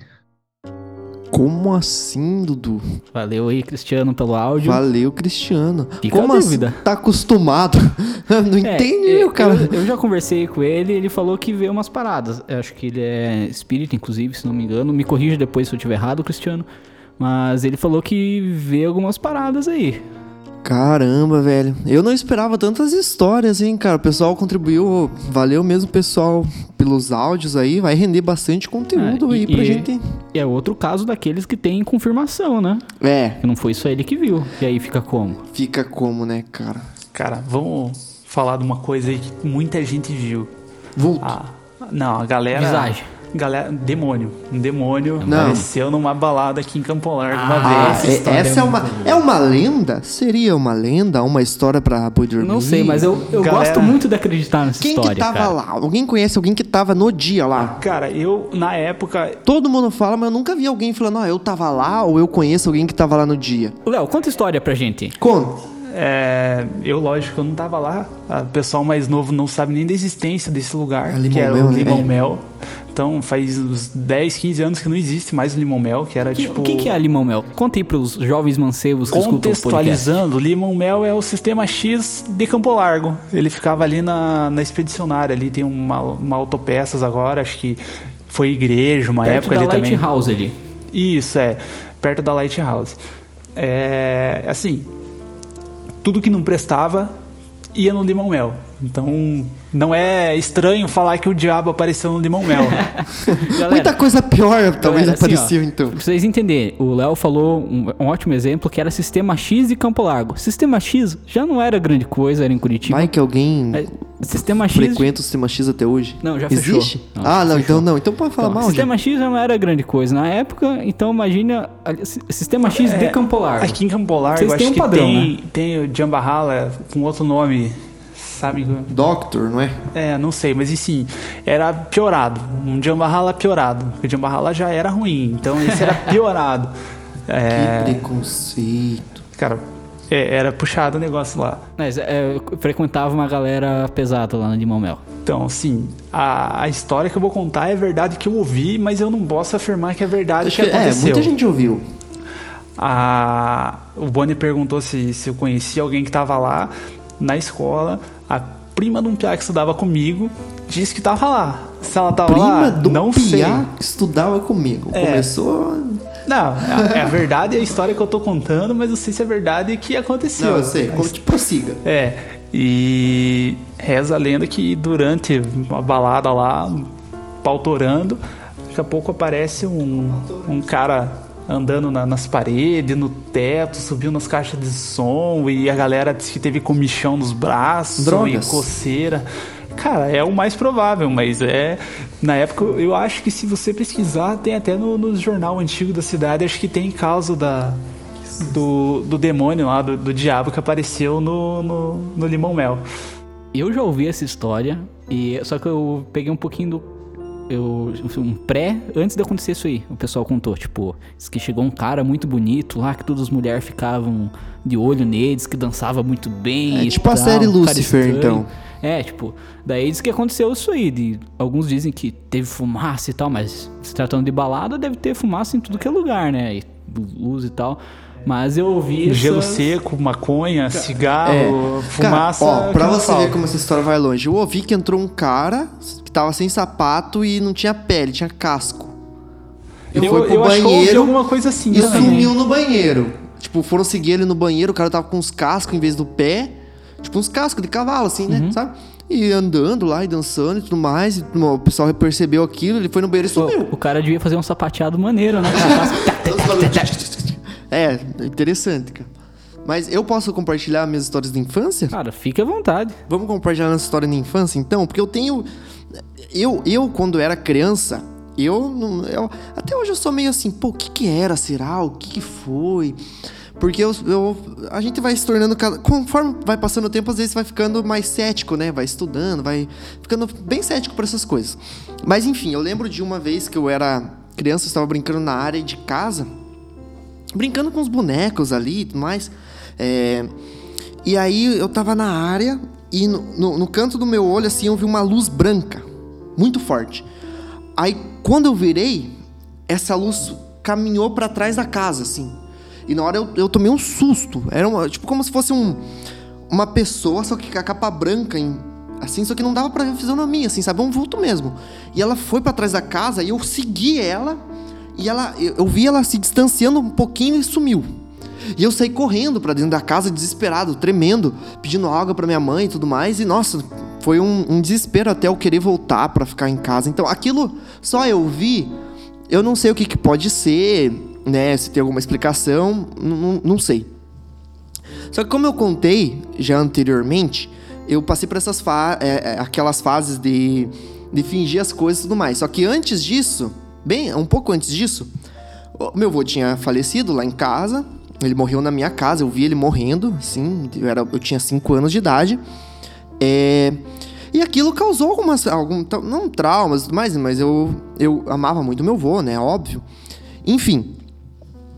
Como assim, Dudu? Valeu aí, Cristiano, pelo áudio. Valeu, Cristiano. Fica Como a assim? dúvida. Tá acostumado? Não É, entendeu, eu- cara. Eu, eu já conversei com ele, ele falou que vê umas paradas. Eu acho que ele é espírita, inclusive, se não me engano. Me corrija depois se eu estiver errado, Cristiano. Mas ele falou que vê algumas paradas aí. Caramba, velho. Eu não esperava tantas histórias, hein, cara. O pessoal contribuiu. Valeu mesmo, pessoal, pelos áudios aí. Vai render bastante conteúdo Ah, e- aí pra e- gente. E é outro caso daqueles que tem confirmação, né? É, Que não foi só ele que viu. E aí fica como? fica como, né, cara? Cara, vamos falar de uma coisa aí que muita gente viu. Vulto. Ah, não, a galera... Visagem. Galera, demônio. Um demônio Não. apareceu numa balada aqui em Campo Largo uma Ah, vez. essa é- história essa é é uma, muito é uma lenda? Seria uma lenda? Uma história pra boi dormir? Não sei, mas eu, eu Galera, gosto muito de acreditar nessa Quem história, que tava cara. lá? Alguém conhece alguém que tava no dia lá? Cara, eu, na época, Todo mundo fala, mas eu nunca vi alguém falando, ó, eu tava lá ou eu conheço alguém que tava lá no dia. Léo, conta história pra gente. Conta. É, eu, lógico, eu não tava lá. O pessoal mais novo não sabe nem da existência desse lugar, É que era Limão o Mel, né? Limão Mel. Então faz uns dez, quinze anos que não existe mais o Limão Mel, que era Que- tipo... O que, que é a Limão Mel? Conta aí pros jovens mancebos que escutam o podcast. Contextualizando, Limão Mel é o sistema X de Campo Largo. Ele ficava ali na, na Expedicionária, ali tem uma, uma autopeças agora, acho que foi igreja, uma Perto época da ali também. Lighthouse ali. Isso, é, perto da Lighthouse. É, assim, tudo que não prestava ia no Limão Mel. Então, não é estranho falar que o diabo apareceu no Limão Mel. Galera, Muita coisa pior talvez galera, assim, apareceu, ó, então. Pra vocês entenderem, o Léo falou um, um ótimo exemplo que era Sistema X de Campo Largo. Sistema X já não era grande coisa, era em Curitiba. Vai que alguém É, Sistema X... frequenta o Sistema X até hoje? Não, já fechou. Existe? Não, ah, já não, fechou. então não. Então pode falar Então, mal, Sistema já. X já não era grande coisa na época, então imagina a- Sistema X de Campo Largo. Aqui em Campo Largo, Vocês acho têm um que padrão, tem, né? tem o Jambahala com outro nome, sabe? Doctor, não é? É, não sei, mas enfim, era piorado. Um Jambahala piorado. Porque o Jambahala já era ruim, então esse era piorado. É, Que preconceito. cara, é, era puxado o negócio lá. Mas é, eu frequentava uma galera pesada lá no Limão Mel. Então, assim, a, a história que eu vou contar é verdade que eu ouvi, mas eu não posso afirmar que é verdade Acho que que, é, aconteceu. muita gente ouviu. A, o Boni perguntou se, se eu conhecia alguém que estava lá na escola. A prima de um piá que estudava comigo disse que estava lá. Se ela estava Prima lá, do não sei. piá que estudava comigo. É. Começou... Não, é, é a verdade, é a história que eu tô contando, mas não sei se é verdade que aconteceu. Não, eu sei. Mas- Como te prossiga. É, e reza a lenda que durante uma balada lá, pautorando, daqui a pouco aparece um, um cara andando na- nas paredes, no teto, subiu nas caixas de som e a galera disse que teve comichão nos braços Drogas. e coceira. Cara, é o mais provável, mas é... Na época, eu acho que se você pesquisar, tem até no, no jornal antigo da cidade, acho que tem caso da... Do, do demônio lá, do, do diabo que apareceu no, no, no Limão Mel. Eu já ouvi essa história, e só que eu peguei um pouquinho do. Eu, um pré, antes de acontecer isso aí, o pessoal contou, tipo, diz que chegou um cara muito bonito lá, que todas as mulheres ficavam de olho neles, que dançava muito bem. É e tipo a tal, série um cara Lucifer, estranho. então. É, tipo, daí diz que aconteceu isso aí, de, alguns dizem que teve fumaça e tal, mas se tratando de balada, deve ter fumaça em tudo que é lugar, né, e luz e tal. Mas eu ouvi Gelo essas... seco, maconha, cigarro, É. fumaça. Cara, ó, pra que não você falta. ver como essa história vai longe. Eu ouvi que entrou um cara que tava sem sapato e não tinha pele, tinha casco. Ele Eu, foi pro eu acho que eu ouvi banheiro alguma coisa assim e também. sumiu no banheiro. Tipo, foram seguir ele no banheiro, o cara tava com uns cascos em vez do pé. Tipo, uns cascos de cavalo, assim, né? Uhum. Sabe? E andando lá e dançando e tudo mais. E o pessoal percebeu aquilo, ele foi no banheiro e sumiu. O cara devia fazer um sapateado maneiro, né? É, interessante, cara. Mas eu posso compartilhar minhas histórias de infância? Cara, fique à vontade. Vamos compartilhar nossa história de infância, então? Porque eu tenho... Eu, eu quando era criança, eu, não- eu... Até hoje eu sou meio assim, pô, o que que era, será? O que que foi? Porque eu, eu, a gente vai se tornando... cada- Conforme vai passando o tempo, às vezes vai ficando mais cético, né? Vai estudando, vai ficando bem cético para essas coisas. Mas enfim, eu lembro de uma vez que eu era criança, eu estava brincando na área de casa, brincando com os bonecos ali e tudo mais. É, e aí eu tava na área e no, no, no canto do meu olho, assim, eu vi uma luz branca, muito forte. Aí quando eu virei, essa luz caminhou pra trás da casa, assim. E na hora eu, eu tomei um susto. Era uma, tipo como se fosse um, uma pessoa, só que com a capa branca, em, assim, só que não dava pra ver a fisionomia, assim, sabe? Um vulto mesmo. E ela foi pra trás da casa e eu segui ela. E ela, eu, eu vi ela se distanciando um pouquinho e sumiu. E eu saí correndo pra dentro da casa, desesperado, tremendo, pedindo água pra minha mãe e tudo mais. E, nossa, foi um, um desespero até eu querer voltar pra ficar em casa. Então, aquilo só eu vi, eu não sei o que, que pode ser, né? Se tem alguma explicação, não, não, não sei. Só que como eu contei já anteriormente, eu passei por essas fa- é, é, aquelas fases de, de fingir as coisas e tudo mais. Só que antes disso, bem, um pouco antes disso, o meu avô tinha falecido lá em casa. Ele morreu na minha casa, eu vi ele morrendo, assim, eu, era, eu tinha cinco anos de idade. É, e aquilo causou algumas, algum, não traumas, mas, mas eu, eu amava muito meu avô, né, óbvio. Enfim,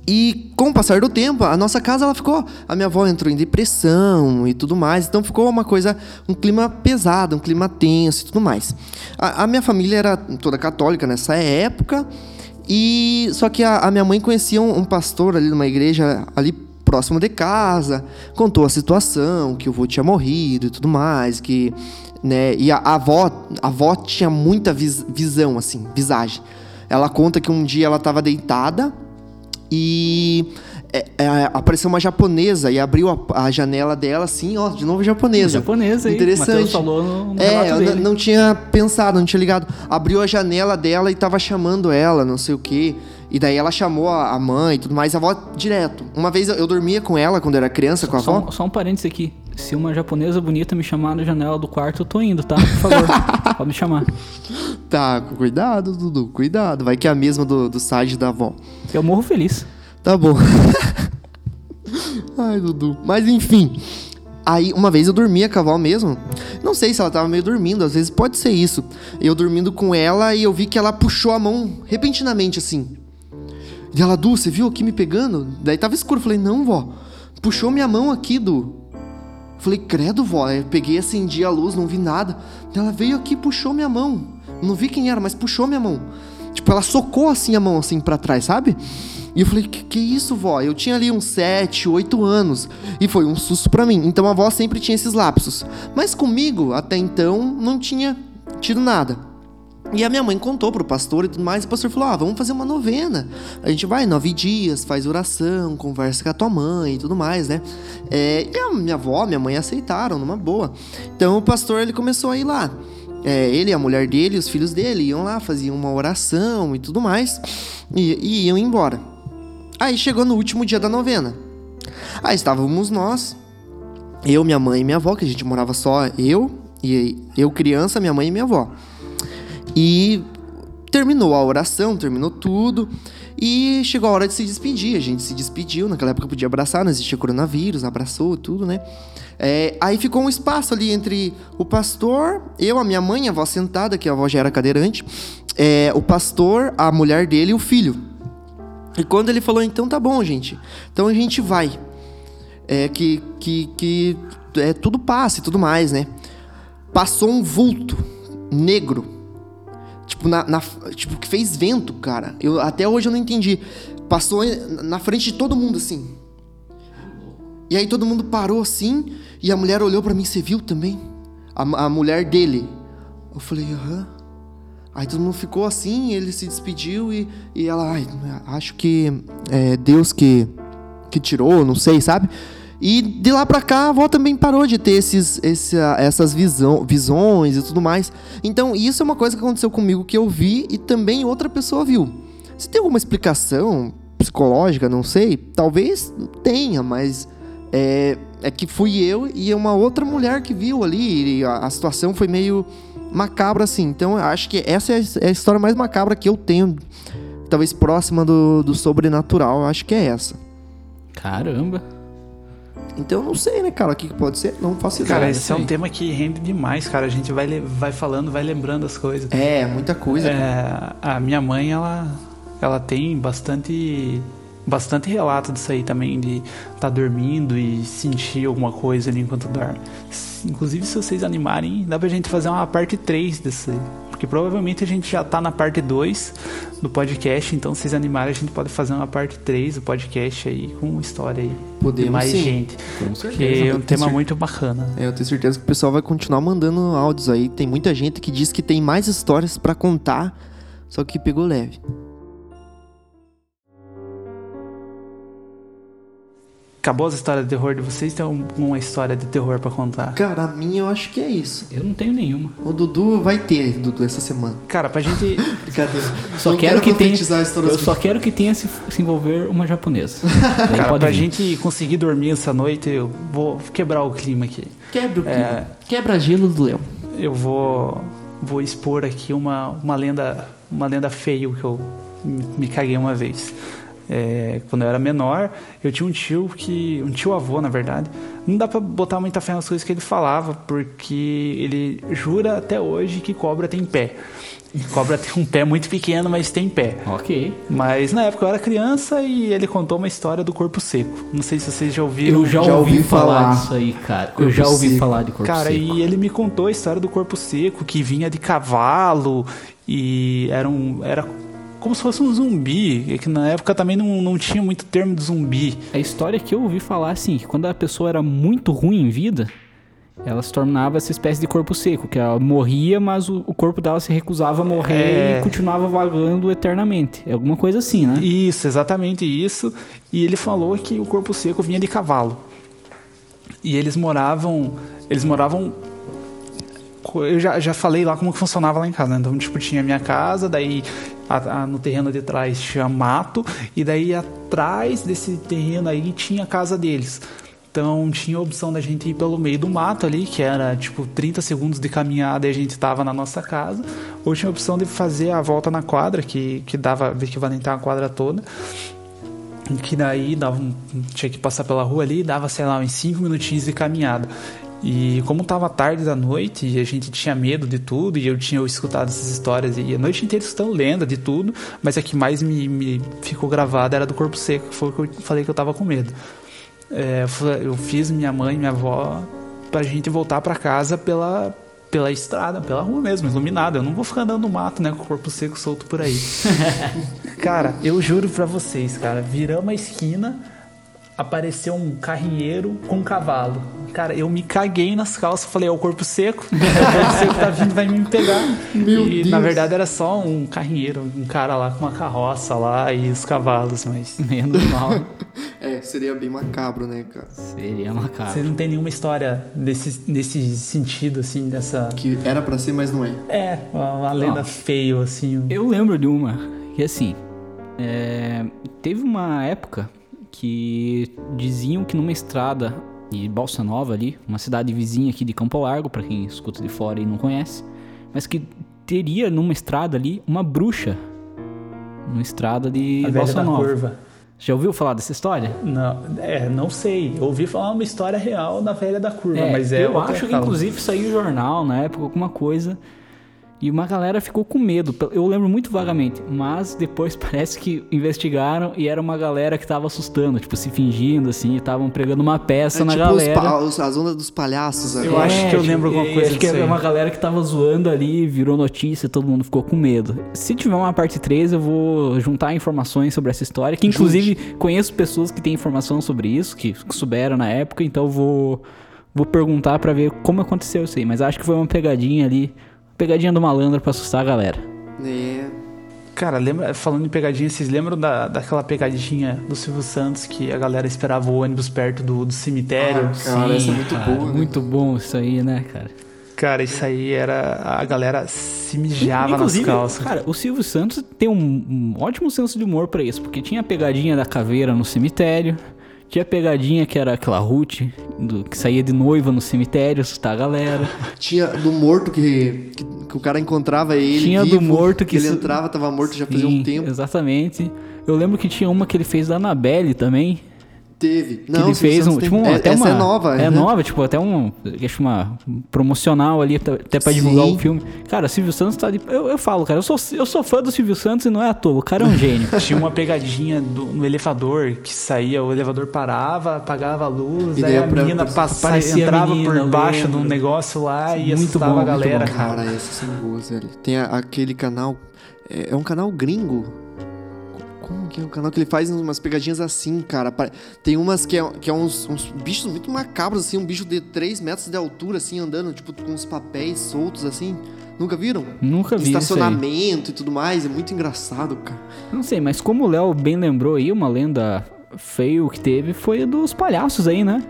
E com o passar do tempo, a nossa casa ela ficou... A minha avó entrou em depressão e tudo mais. Então ficou uma coisa... Um clima pesado, um clima tenso e tudo mais. A, a minha família era toda católica nessa época. E só que a, a minha mãe conhecia um, um pastor ali numa igreja ali próximo de casa. Contou a situação, que o avô tinha morrido e tudo mais. Que, né, e a, a, avó, a avó tinha muita vis, visão, assim, visagem. Ela conta que um dia ela estava deitada... E é, é, apareceu uma japonesa e abriu a, a janela dela assim, ó, de novo japonesa. Japonesa, aí. Interessante. Matheus falou no, no é, eu dele. n- não tinha pensado, não tinha ligado. Abriu a janela dela e tava chamando ela, não sei o quê. E daí ela chamou a, a mãe e tudo mais, a avó direto. Uma vez eu, eu dormia com ela quando eu era criança, com a Só, avó. um- só um parênteses aqui. Se uma japonesa bonita me chamar na janela do quarto, eu tô indo, tá? Por favor, pode me chamar. Tá, cuidado, Dudu, cuidado. Vai que é a mesma do, do site da avó. Eu morro feliz. Tá bom. Ai, Dudu. Mas enfim. Aí, uma vez eu dormia com a avó mesmo. Não sei se ela tava meio dormindo, às vezes pode ser isso. Eu dormindo com ela e eu vi que ela puxou a mão repentinamente, assim. E ela, Du, você viu aqui me pegando? Daí tava escuro. Falei, não, vó. Puxou minha mão aqui, Du. Falei, credo, vó. Eu peguei, acendi a luz, não vi nada. Ela veio aqui e puxou minha mão. Não vi quem era, mas puxou minha mão. Tipo, ela socou assim a mão, assim, pra trás, sabe? E eu falei, que, que isso, vó? Eu tinha ali uns sete, oito anos. E foi um susto pra mim. Então a avó sempre tinha esses lapsos. Mas comigo, até então, não tinha tido nada. E a minha mãe contou pro pastor e tudo mais. E o pastor falou, ah, vamos fazer uma novena. A gente vai nove dias, faz oração, conversa com a tua mãe e tudo mais, né? É, e a minha avó, minha mãe aceitaram numa boa. Então o pastor, ele começou a ir lá. É, ele, a mulher dele, os filhos dele iam lá, faziam uma oração e tudo mais. E, e iam embora. Aí chegou no último dia da novena. Aí estávamos nós, eu, minha mãe e minha avó, que a gente morava só eu, e eu criança, minha mãe e minha avó. E terminou a oração, terminou tudo, e chegou a hora de se despedir. A gente se despediu, naquela época podia abraçar, não existia coronavírus, abraçou tudo, né? É, aí ficou um espaço ali entre o pastor, eu, a minha mãe, a avó sentada, que a avó já era cadeirante, é, o pastor, a mulher dele e o filho. E quando ele falou, então tá bom, gente, então a gente vai, é, que, que, que é, tudo passa e tudo mais, né? Passou um vulto negro, tipo, na, na, tipo, que fez vento, cara. Eu, até hoje eu não entendi. Passou na frente de todo mundo, assim. E aí todo mundo parou, assim, e a mulher olhou pra mim, você viu também? A, a mulher dele. Eu falei, aham. Aí todo mundo ficou assim, ele se despediu e, e ela, ai, acho que é Deus que, que tirou, não sei, sabe? E de lá pra cá, a avó também parou de ter esses, esse, essas visão, visões e tudo mais. Então, isso é uma coisa que aconteceu comigo que eu vi e também outra pessoa viu. Se tem alguma explicação psicológica, não sei, talvez tenha, mas é, é que fui eu e uma outra mulher que viu ali e a, a situação foi meio macabra assim. Então, eu acho que essa é a história mais macabra que eu tenho, talvez próxima do, do sobrenatural, eu acho que é essa. Caramba. Então, eu não sei, né, cara, o que pode ser, não faço ideia. Cara, esse é um tema que rende demais, cara. A gente vai, vai falando, vai lembrando as coisas. É, muita coisa. É, a minha mãe, ela, ela tem bastante, bastante relato disso aí também, de estar tá dormindo e sentir alguma coisa ali enquanto dorme. Inclusive, se vocês animarem, dá pra gente fazer uma parte três desse aí. Porque provavelmente a gente já tá na parte dois do podcast, então se vocês animarem, a gente pode fazer uma parte três do podcast aí, com história aí. Podemos, de mais sim. gente. Com certeza. Porque é um tenho tema cer- muito bacana. É, eu tenho certeza que o pessoal vai continuar mandando áudios aí. Tem muita gente que diz que tem mais histórias pra contar, só que pegou leve. Acabou as histórias de terror de vocês? Tem alguma história de terror pra contar? Cara, a minha eu acho que é isso. Eu não tenho nenhuma. O Dudu vai ter, Dudu, essa semana. Cara, pra gente... Brincadeira. Só Não quero que tenha. profetizar a história Eu das só quero que tenha se, se envolver uma japonesa. Daí Cara, pode pra vir. gente conseguir dormir essa noite, eu vou quebrar o clima aqui. Quebra o clima. É. Quebra gelo do Léo. Eu vou, vou expor aqui uma, uma lenda uma lenda feio que eu me me caguei uma vez. É, quando eu era menor, eu tinha um tio que... Um tio avô, na verdade. não dá pra botar muita fé nas coisas que ele falava, porque ele jura até hoje que cobra tem pé. Cobra tem um pé muito pequeno, mas tem pé. Ok. Mas na época eu era criança e ele contou uma história do corpo seco. Não sei se vocês já ouviram. Eu já, Já ouvi, ouvi falar falar. disso aí, cara. Corpo Eu já ouvi seco. falar de corpo Cara, seco. e ele me contou a história do corpo seco, que vinha de cavalo e era um... Era como se fosse um zumbi, é que na época também não, não tinha muito termo de zumbi. A história que eu ouvi falar, assim, que quando a pessoa era muito ruim em vida, ela se tornava essa espécie de corpo seco, que ela morria, mas o, o corpo dela se recusava a morrer É. e continuava vagando eternamente. É alguma coisa assim, né? Isso, exatamente isso. E ele falou que o corpo seco vinha de cavalo. E eles moravam... Eles moravam... Eu já, já falei lá como que funcionava lá em casa, né? Então, tipo, tinha a minha casa, daí a, a, no terreno de trás tinha mato, e daí atrás desse terreno aí tinha a casa deles. Então tinha a opção da gente ir pelo meio do mato ali, que era tipo trinta segundos de caminhada e a gente tava na nossa casa. Ou tinha a opção de fazer a volta na quadra, que, que dava equivalente a uma quadra toda. Que daí dava um, tinha que passar pela rua ali, dava, sei lá, uns cinco minutinhos de caminhada. E como tava tarde da noite e a gente tinha medo de tudo, e eu tinha escutado essas histórias e a noite inteira escutando lenda de tudo, mas a que mais me, me ficou gravada era do corpo seco, que foi o que eu falei que eu tava com medo. É, eu fiz minha mãe e minha avó pra gente voltar pra casa pela, pela estrada, pela rua mesmo, iluminada. Eu não vou ficar andando no mato, né, com o corpo seco solto por aí. Cara, eu juro pra vocês, cara, viramos a esquina, apareceu um carrinheiro com um cavalo. Cara, eu me caguei nas calças, falei, é o corpo seco, o corpo seco tá vindo, vai me pegar. Meu e Deus. na verdade era só um carrinheiro, um cara lá com uma carroça lá e os cavalos, mas... Menos mal. É, seria bem macabro, né, cara? Seria macabro. Você não tem nenhuma história desse, nesse sentido, assim, dessa... Que era pra ser, mas não é. É, uma, uma lenda Não. feio, assim. Eu lembro de uma que, assim, é, teve uma época que diziam que numa estrada de Balsa Nova ali, uma cidade vizinha aqui de Campo Largo, pra quem escuta de fora e não conhece, mas que teria numa estrada ali uma bruxa, numa estrada de A velha Balsa da Nova. curva. Já ouviu falar dessa história? Não, é, não sei. Eu ouvi falar uma história real da velha da curva, É, mas é eu outra acho que fala. inclusive saiu em jornal na época, alguma coisa. E uma galera ficou com medo. Eu lembro muito vagamente. Mas depois parece que investigaram e era uma galera que tava assustando. Tipo, se fingindo, assim. E estavam pregando uma peça É na tipo os galera. pa- os- as ondas dos palhaços. Eu ali. acho que eu lembro alguma é, coisa Acho que disso era aí. uma galera que tava zoando ali, virou notícia, todo mundo ficou com medo. Se tiver uma parte três, eu vou juntar informações sobre essa história. Que inclusive conheço pessoas que têm informação sobre isso, que, que souberam na época. Então eu vou, vou perguntar pra ver como aconteceu isso aí. Mas acho que foi uma pegadinha ali. Pegadinha do malandro pra assustar a galera. É. Cara, lembra, falando em pegadinha, vocês lembram da, daquela pegadinha do Silvio Santos que a galera esperava o ônibus perto do, do cemitério? Ah, cara, essa é muito cara, boa, né? Muito bom isso aí, né, cara? Cara, isso aí era... A galera se mijava nas Inclusive, calças. cara, o Silvio Santos tem um, um ótimo senso de humor pra isso, porque tinha a pegadinha da caveira no cemitério, tinha a pegadinha que era aquela Ruth, do, que saía de noiva no cemitério, assustar a galera. Tinha do morto que, que, que o cara encontrava ele. Tinha do vivo, morto que ele su- entrava, tava morto já fazia Sim, um tempo. exatamente. Eu lembro que tinha uma que ele fez da Annabelle também. Teve. Que Não, ele o Silvio fez um, Santos tipo, tem- um, é, até essa uma, é nova. É né? nova, tipo, até um, acho uma promocional ali, até pra divulgar Sim. o filme. Cara, o Silvio Santos tá de... Eu, eu falo, cara, eu sou, eu sou fã do Silvio Santos e não é à toa, o cara é um gênio. Tinha uma pegadinha do- no elevador que saía, o elevador parava, apagava a luz, E daí daí a a pra- menina pra- passa, aparecia a entrava menina, por eu baixo de um lembro. negócio lá e Muito assustava bom, a muito galera, bom. cara. Cara, essas são boas, velho. Tem a- aquele canal. É, é um canal gringo. Como que é o canal que ele faz umas pegadinhas assim, cara? Pa- Tem umas que é, que é uns, uns bichos muito macabros, assim. Um bicho de três metros de altura, assim, andando, tipo, com uns papéis soltos, assim. Nunca viram? Nunca vi isso aí. Estacionamento e tudo mais. É muito engraçado, cara. Não sei, mas como o Léo bem lembrou aí, uma lenda feio que teve foi a dos palhaços aí, né?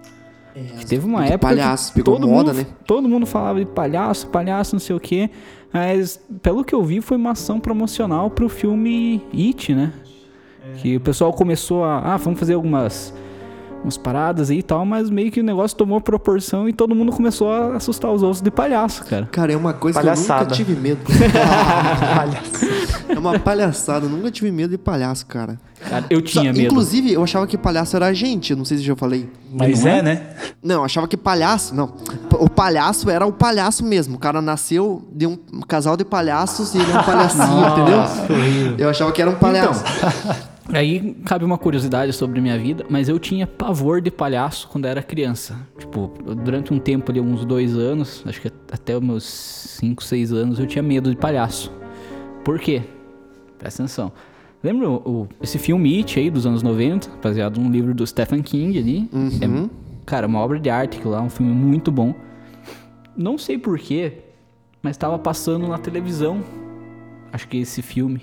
Que teve uma muito época palhaço, que pegou todo moda, mundo, né? todo mundo falava de palhaço, palhaço, não sei o quê. Mas, pelo que eu vi, foi uma ação promocional pro filme It, né? Que o pessoal começou a... Ah, vamos fazer algumas... Umas paradas aí e tal, mas meio que o negócio tomou proporção e todo mundo começou a assustar os outros de palhaço, cara. Cara, é uma coisa Palhaçada. que eu nunca tive medo. Palhaço. É uma palhaçada. Eu nunca tive medo de palhaço, cara. Cara, eu tinha Só- medo. Inclusive, eu achava que palhaço era a gente. Eu não sei se eu já falei. Mas Não é? é, né? Não, eu achava que palhaço... Não. O palhaço era o palhaço mesmo. O cara nasceu de um casal de palhaços e ele é um palhacinho, entendeu? Eu achava que era um palhaço. Aí cabe uma curiosidade sobre minha vida, mas eu tinha pavor de palhaço quando era criança. Tipo, durante um tempo ali, uns dois anos, acho que até os meus cinco, seis anos, eu tinha medo de palhaço. Por quê? Presta atenção. Lembra o, o- esse filme It aí, dos anos noventa, baseado num livro do Stephen King ali? Uhum. É, cara, uma obra de arte aquilo lá, um filme muito bom. Não sei porquê, mas tava passando na televisão, acho que esse filme.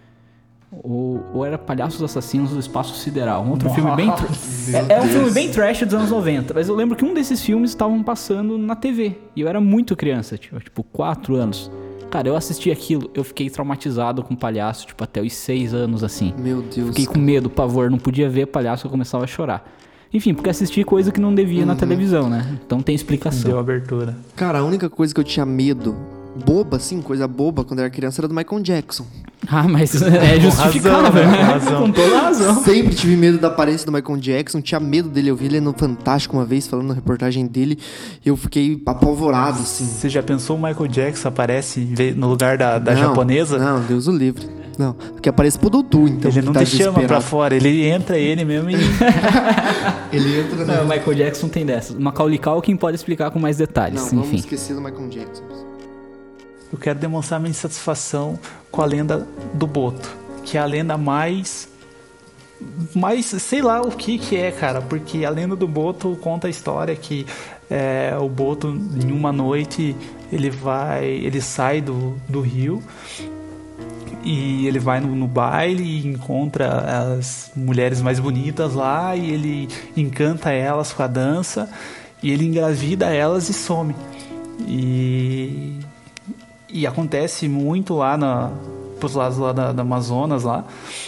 Ou, ou era Palhaços Assassinos do Espaço Sideral. Um outro filme bem... tra- É, é um filme bem trash dos anos noventa. Mas eu lembro que um desses filmes estavam passando na T V. E eu era muito criança, tipo, tipo quatro anos. Cara, eu assisti aquilo, eu fiquei traumatizado com palhaço, tipo, até os seis anos, assim. Meu Deus. Fiquei com medo, pavor, não podia ver palhaço, eu começava a chorar. Enfim, porque assisti coisa que não devia na televisão, né? Então tem explicação. Deu abertura. Cara, a única coisa que eu tinha medo, boba, assim, coisa boba, quando eu era criança, era do Michael Jackson. Ah, mas é justificável, razão, né? né? Com razão. Com toda razão. Sempre tive medo da aparência do Michael Jackson, tinha medo dele. Eu vi ele no Fantástico uma vez, falando na reportagem dele, e eu fiquei apavorado, assim. Você já pensou o Michael Jackson aparece no lugar da, da Não, japonesa? Não, Deus o livre. Não, porque aparece pro Dudu, então. Ele que não tá te chama pra desesperado. fora, ele entra ele mesmo e... Ele entra Não, o na... Michael Jackson tem dessas. Macaulay Culkin pode explicar com mais detalhes, Não, vamos enfim. esquecer do Michael Jackson. Eu quero demonstrar minha insatisfação com a lenda do Boto, que é a lenda mais... mais sei lá o que que é, cara, porque a lenda do Boto conta a história que é, o Boto, em uma noite, ele vai, ele sai do, do rio e ele vai no, no baile e encontra as mulheres mais bonitas lá e ele encanta elas com a dança e ele engravida elas e some. E... E acontece muito lá na, pros lados lá da, da Amazonas lá,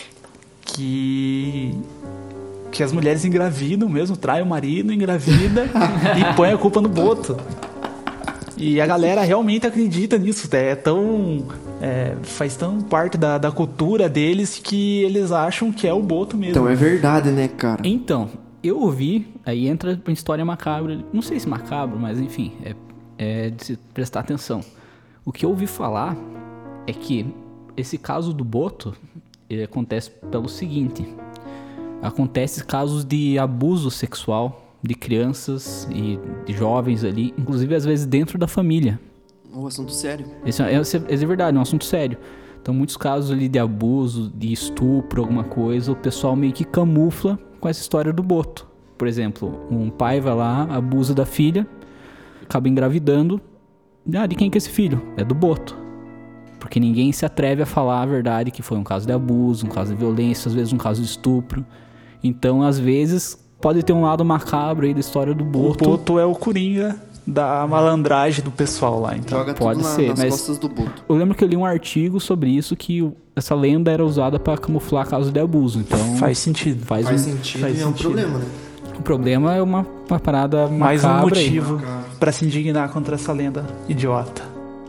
que, que as mulheres engravidam mesmo, traem o marido, engravida e põe a culpa no Boto. E a galera realmente acredita nisso, é tão, é, faz tão parte da, da cultura deles que eles acham que é o Boto mesmo. Então é verdade, né, cara? Então, eu ouvi, aí entra uma história macabra, não sei se macabro, mas enfim, é, é de se prestar atenção. O que eu ouvi falar é que esse caso do Boto, ele acontece pelo seguinte: acontece casos de abuso sexual de crianças e de jovens ali, inclusive às vezes dentro da família. Um assunto sério. Esse é, esse é verdade, é um assunto sério. Então, muitos casos ali de abuso, de estupro, alguma coisa, o pessoal meio que camufla com essa história do Boto. Por exemplo, um pai vai lá, abusa da filha, acaba engravidando. Ah, de quem que é esse filho? É do Boto. Porque ninguém se atreve a falar a verdade, que foi um caso de abuso, um caso de violência, às vezes um caso de estupro. Então, às vezes, pode ter um lado macabro aí da história do O Boto. Boto é o Coringa da malandragem do pessoal lá, então. Joga Pode tudo na- ser, nas mas- costas do Boto. Eu lembro que eu li um artigo sobre isso, que o- essa lenda era usada para camuflar casos de abuso. Então, Faz sentido. faz, Faz um, sentido faz e é um sentido. problema, né? o problema é uma, uma parada Mais um macabra aí. motivo pra se indignar contra essa lenda idiota.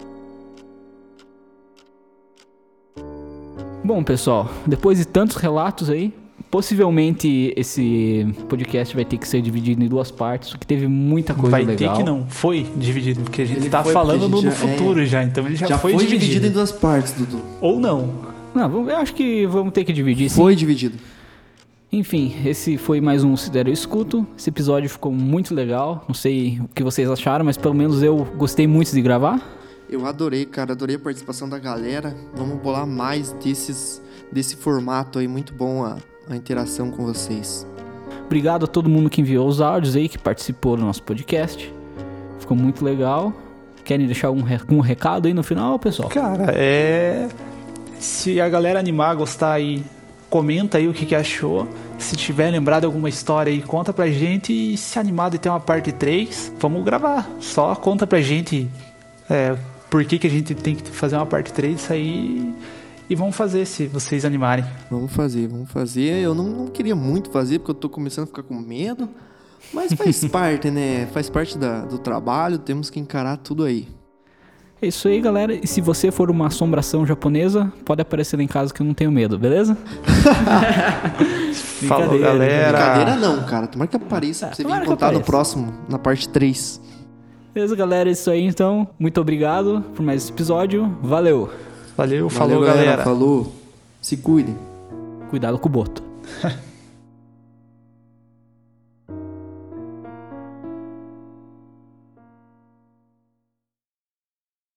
Bom, pessoal, depois de tantos relatos aí, possivelmente esse podcast vai ter que ser dividido em duas partes, porque teve muita coisa Vai legal. ter que não. Foi dividido, porque a gente Ele tá foi, falando porque a no, gente no já- futuro é. já, então ele já, Já foi, foi dividido. dividido em duas partes, Dudu. Ou não. Não, vamos- eu acho que vamos ter que dividir sim. Foi dividido. Enfim, esse foi mais um Sidero Escuto. Esse episódio ficou muito legal. Não sei o que vocês acharam, mas pelo menos eu gostei muito de gravar. Eu adorei, cara. Adorei a participação da galera. Vamos bolar mais desses, desse formato aí. Muito bom a, a interação com vocês. Obrigado a todo mundo que enviou os áudios aí, que participou do nosso podcast. Ficou muito legal. Querem deixar um, re- um recado aí no final, pessoal? Cara, é... Se a galera animar, gostar aí, comenta aí o que, que achou. Se tiver lembrado alguma história aí, conta pra gente. E se animar de ter uma parte três, vamos gravar. Só conta pra gente é, por que, que a gente tem que fazer uma parte três disso aí. E vamos fazer, se vocês animarem. Vamos fazer, vamos fazer. Eu não, não queria muito fazer, porque eu tô começando a ficar com medo. Mas faz parte, né? Faz parte da, do trabalho. Temos que encarar tudo aí. É isso aí, galera. E se você for uma assombração japonesa, pode aparecer lá em casa que eu não tenho medo, beleza? Falou, galera. Brincadeira não, cara. Tomara que apareça pra você vir Tomara que contar no apareça. próximo, na parte três. Beleza, galera? É isso aí, então. Muito obrigado por mais esse episódio. Valeu. Valeu, falou, Valeu, galera. Falou. Se cuidem. Cuidado com o boto.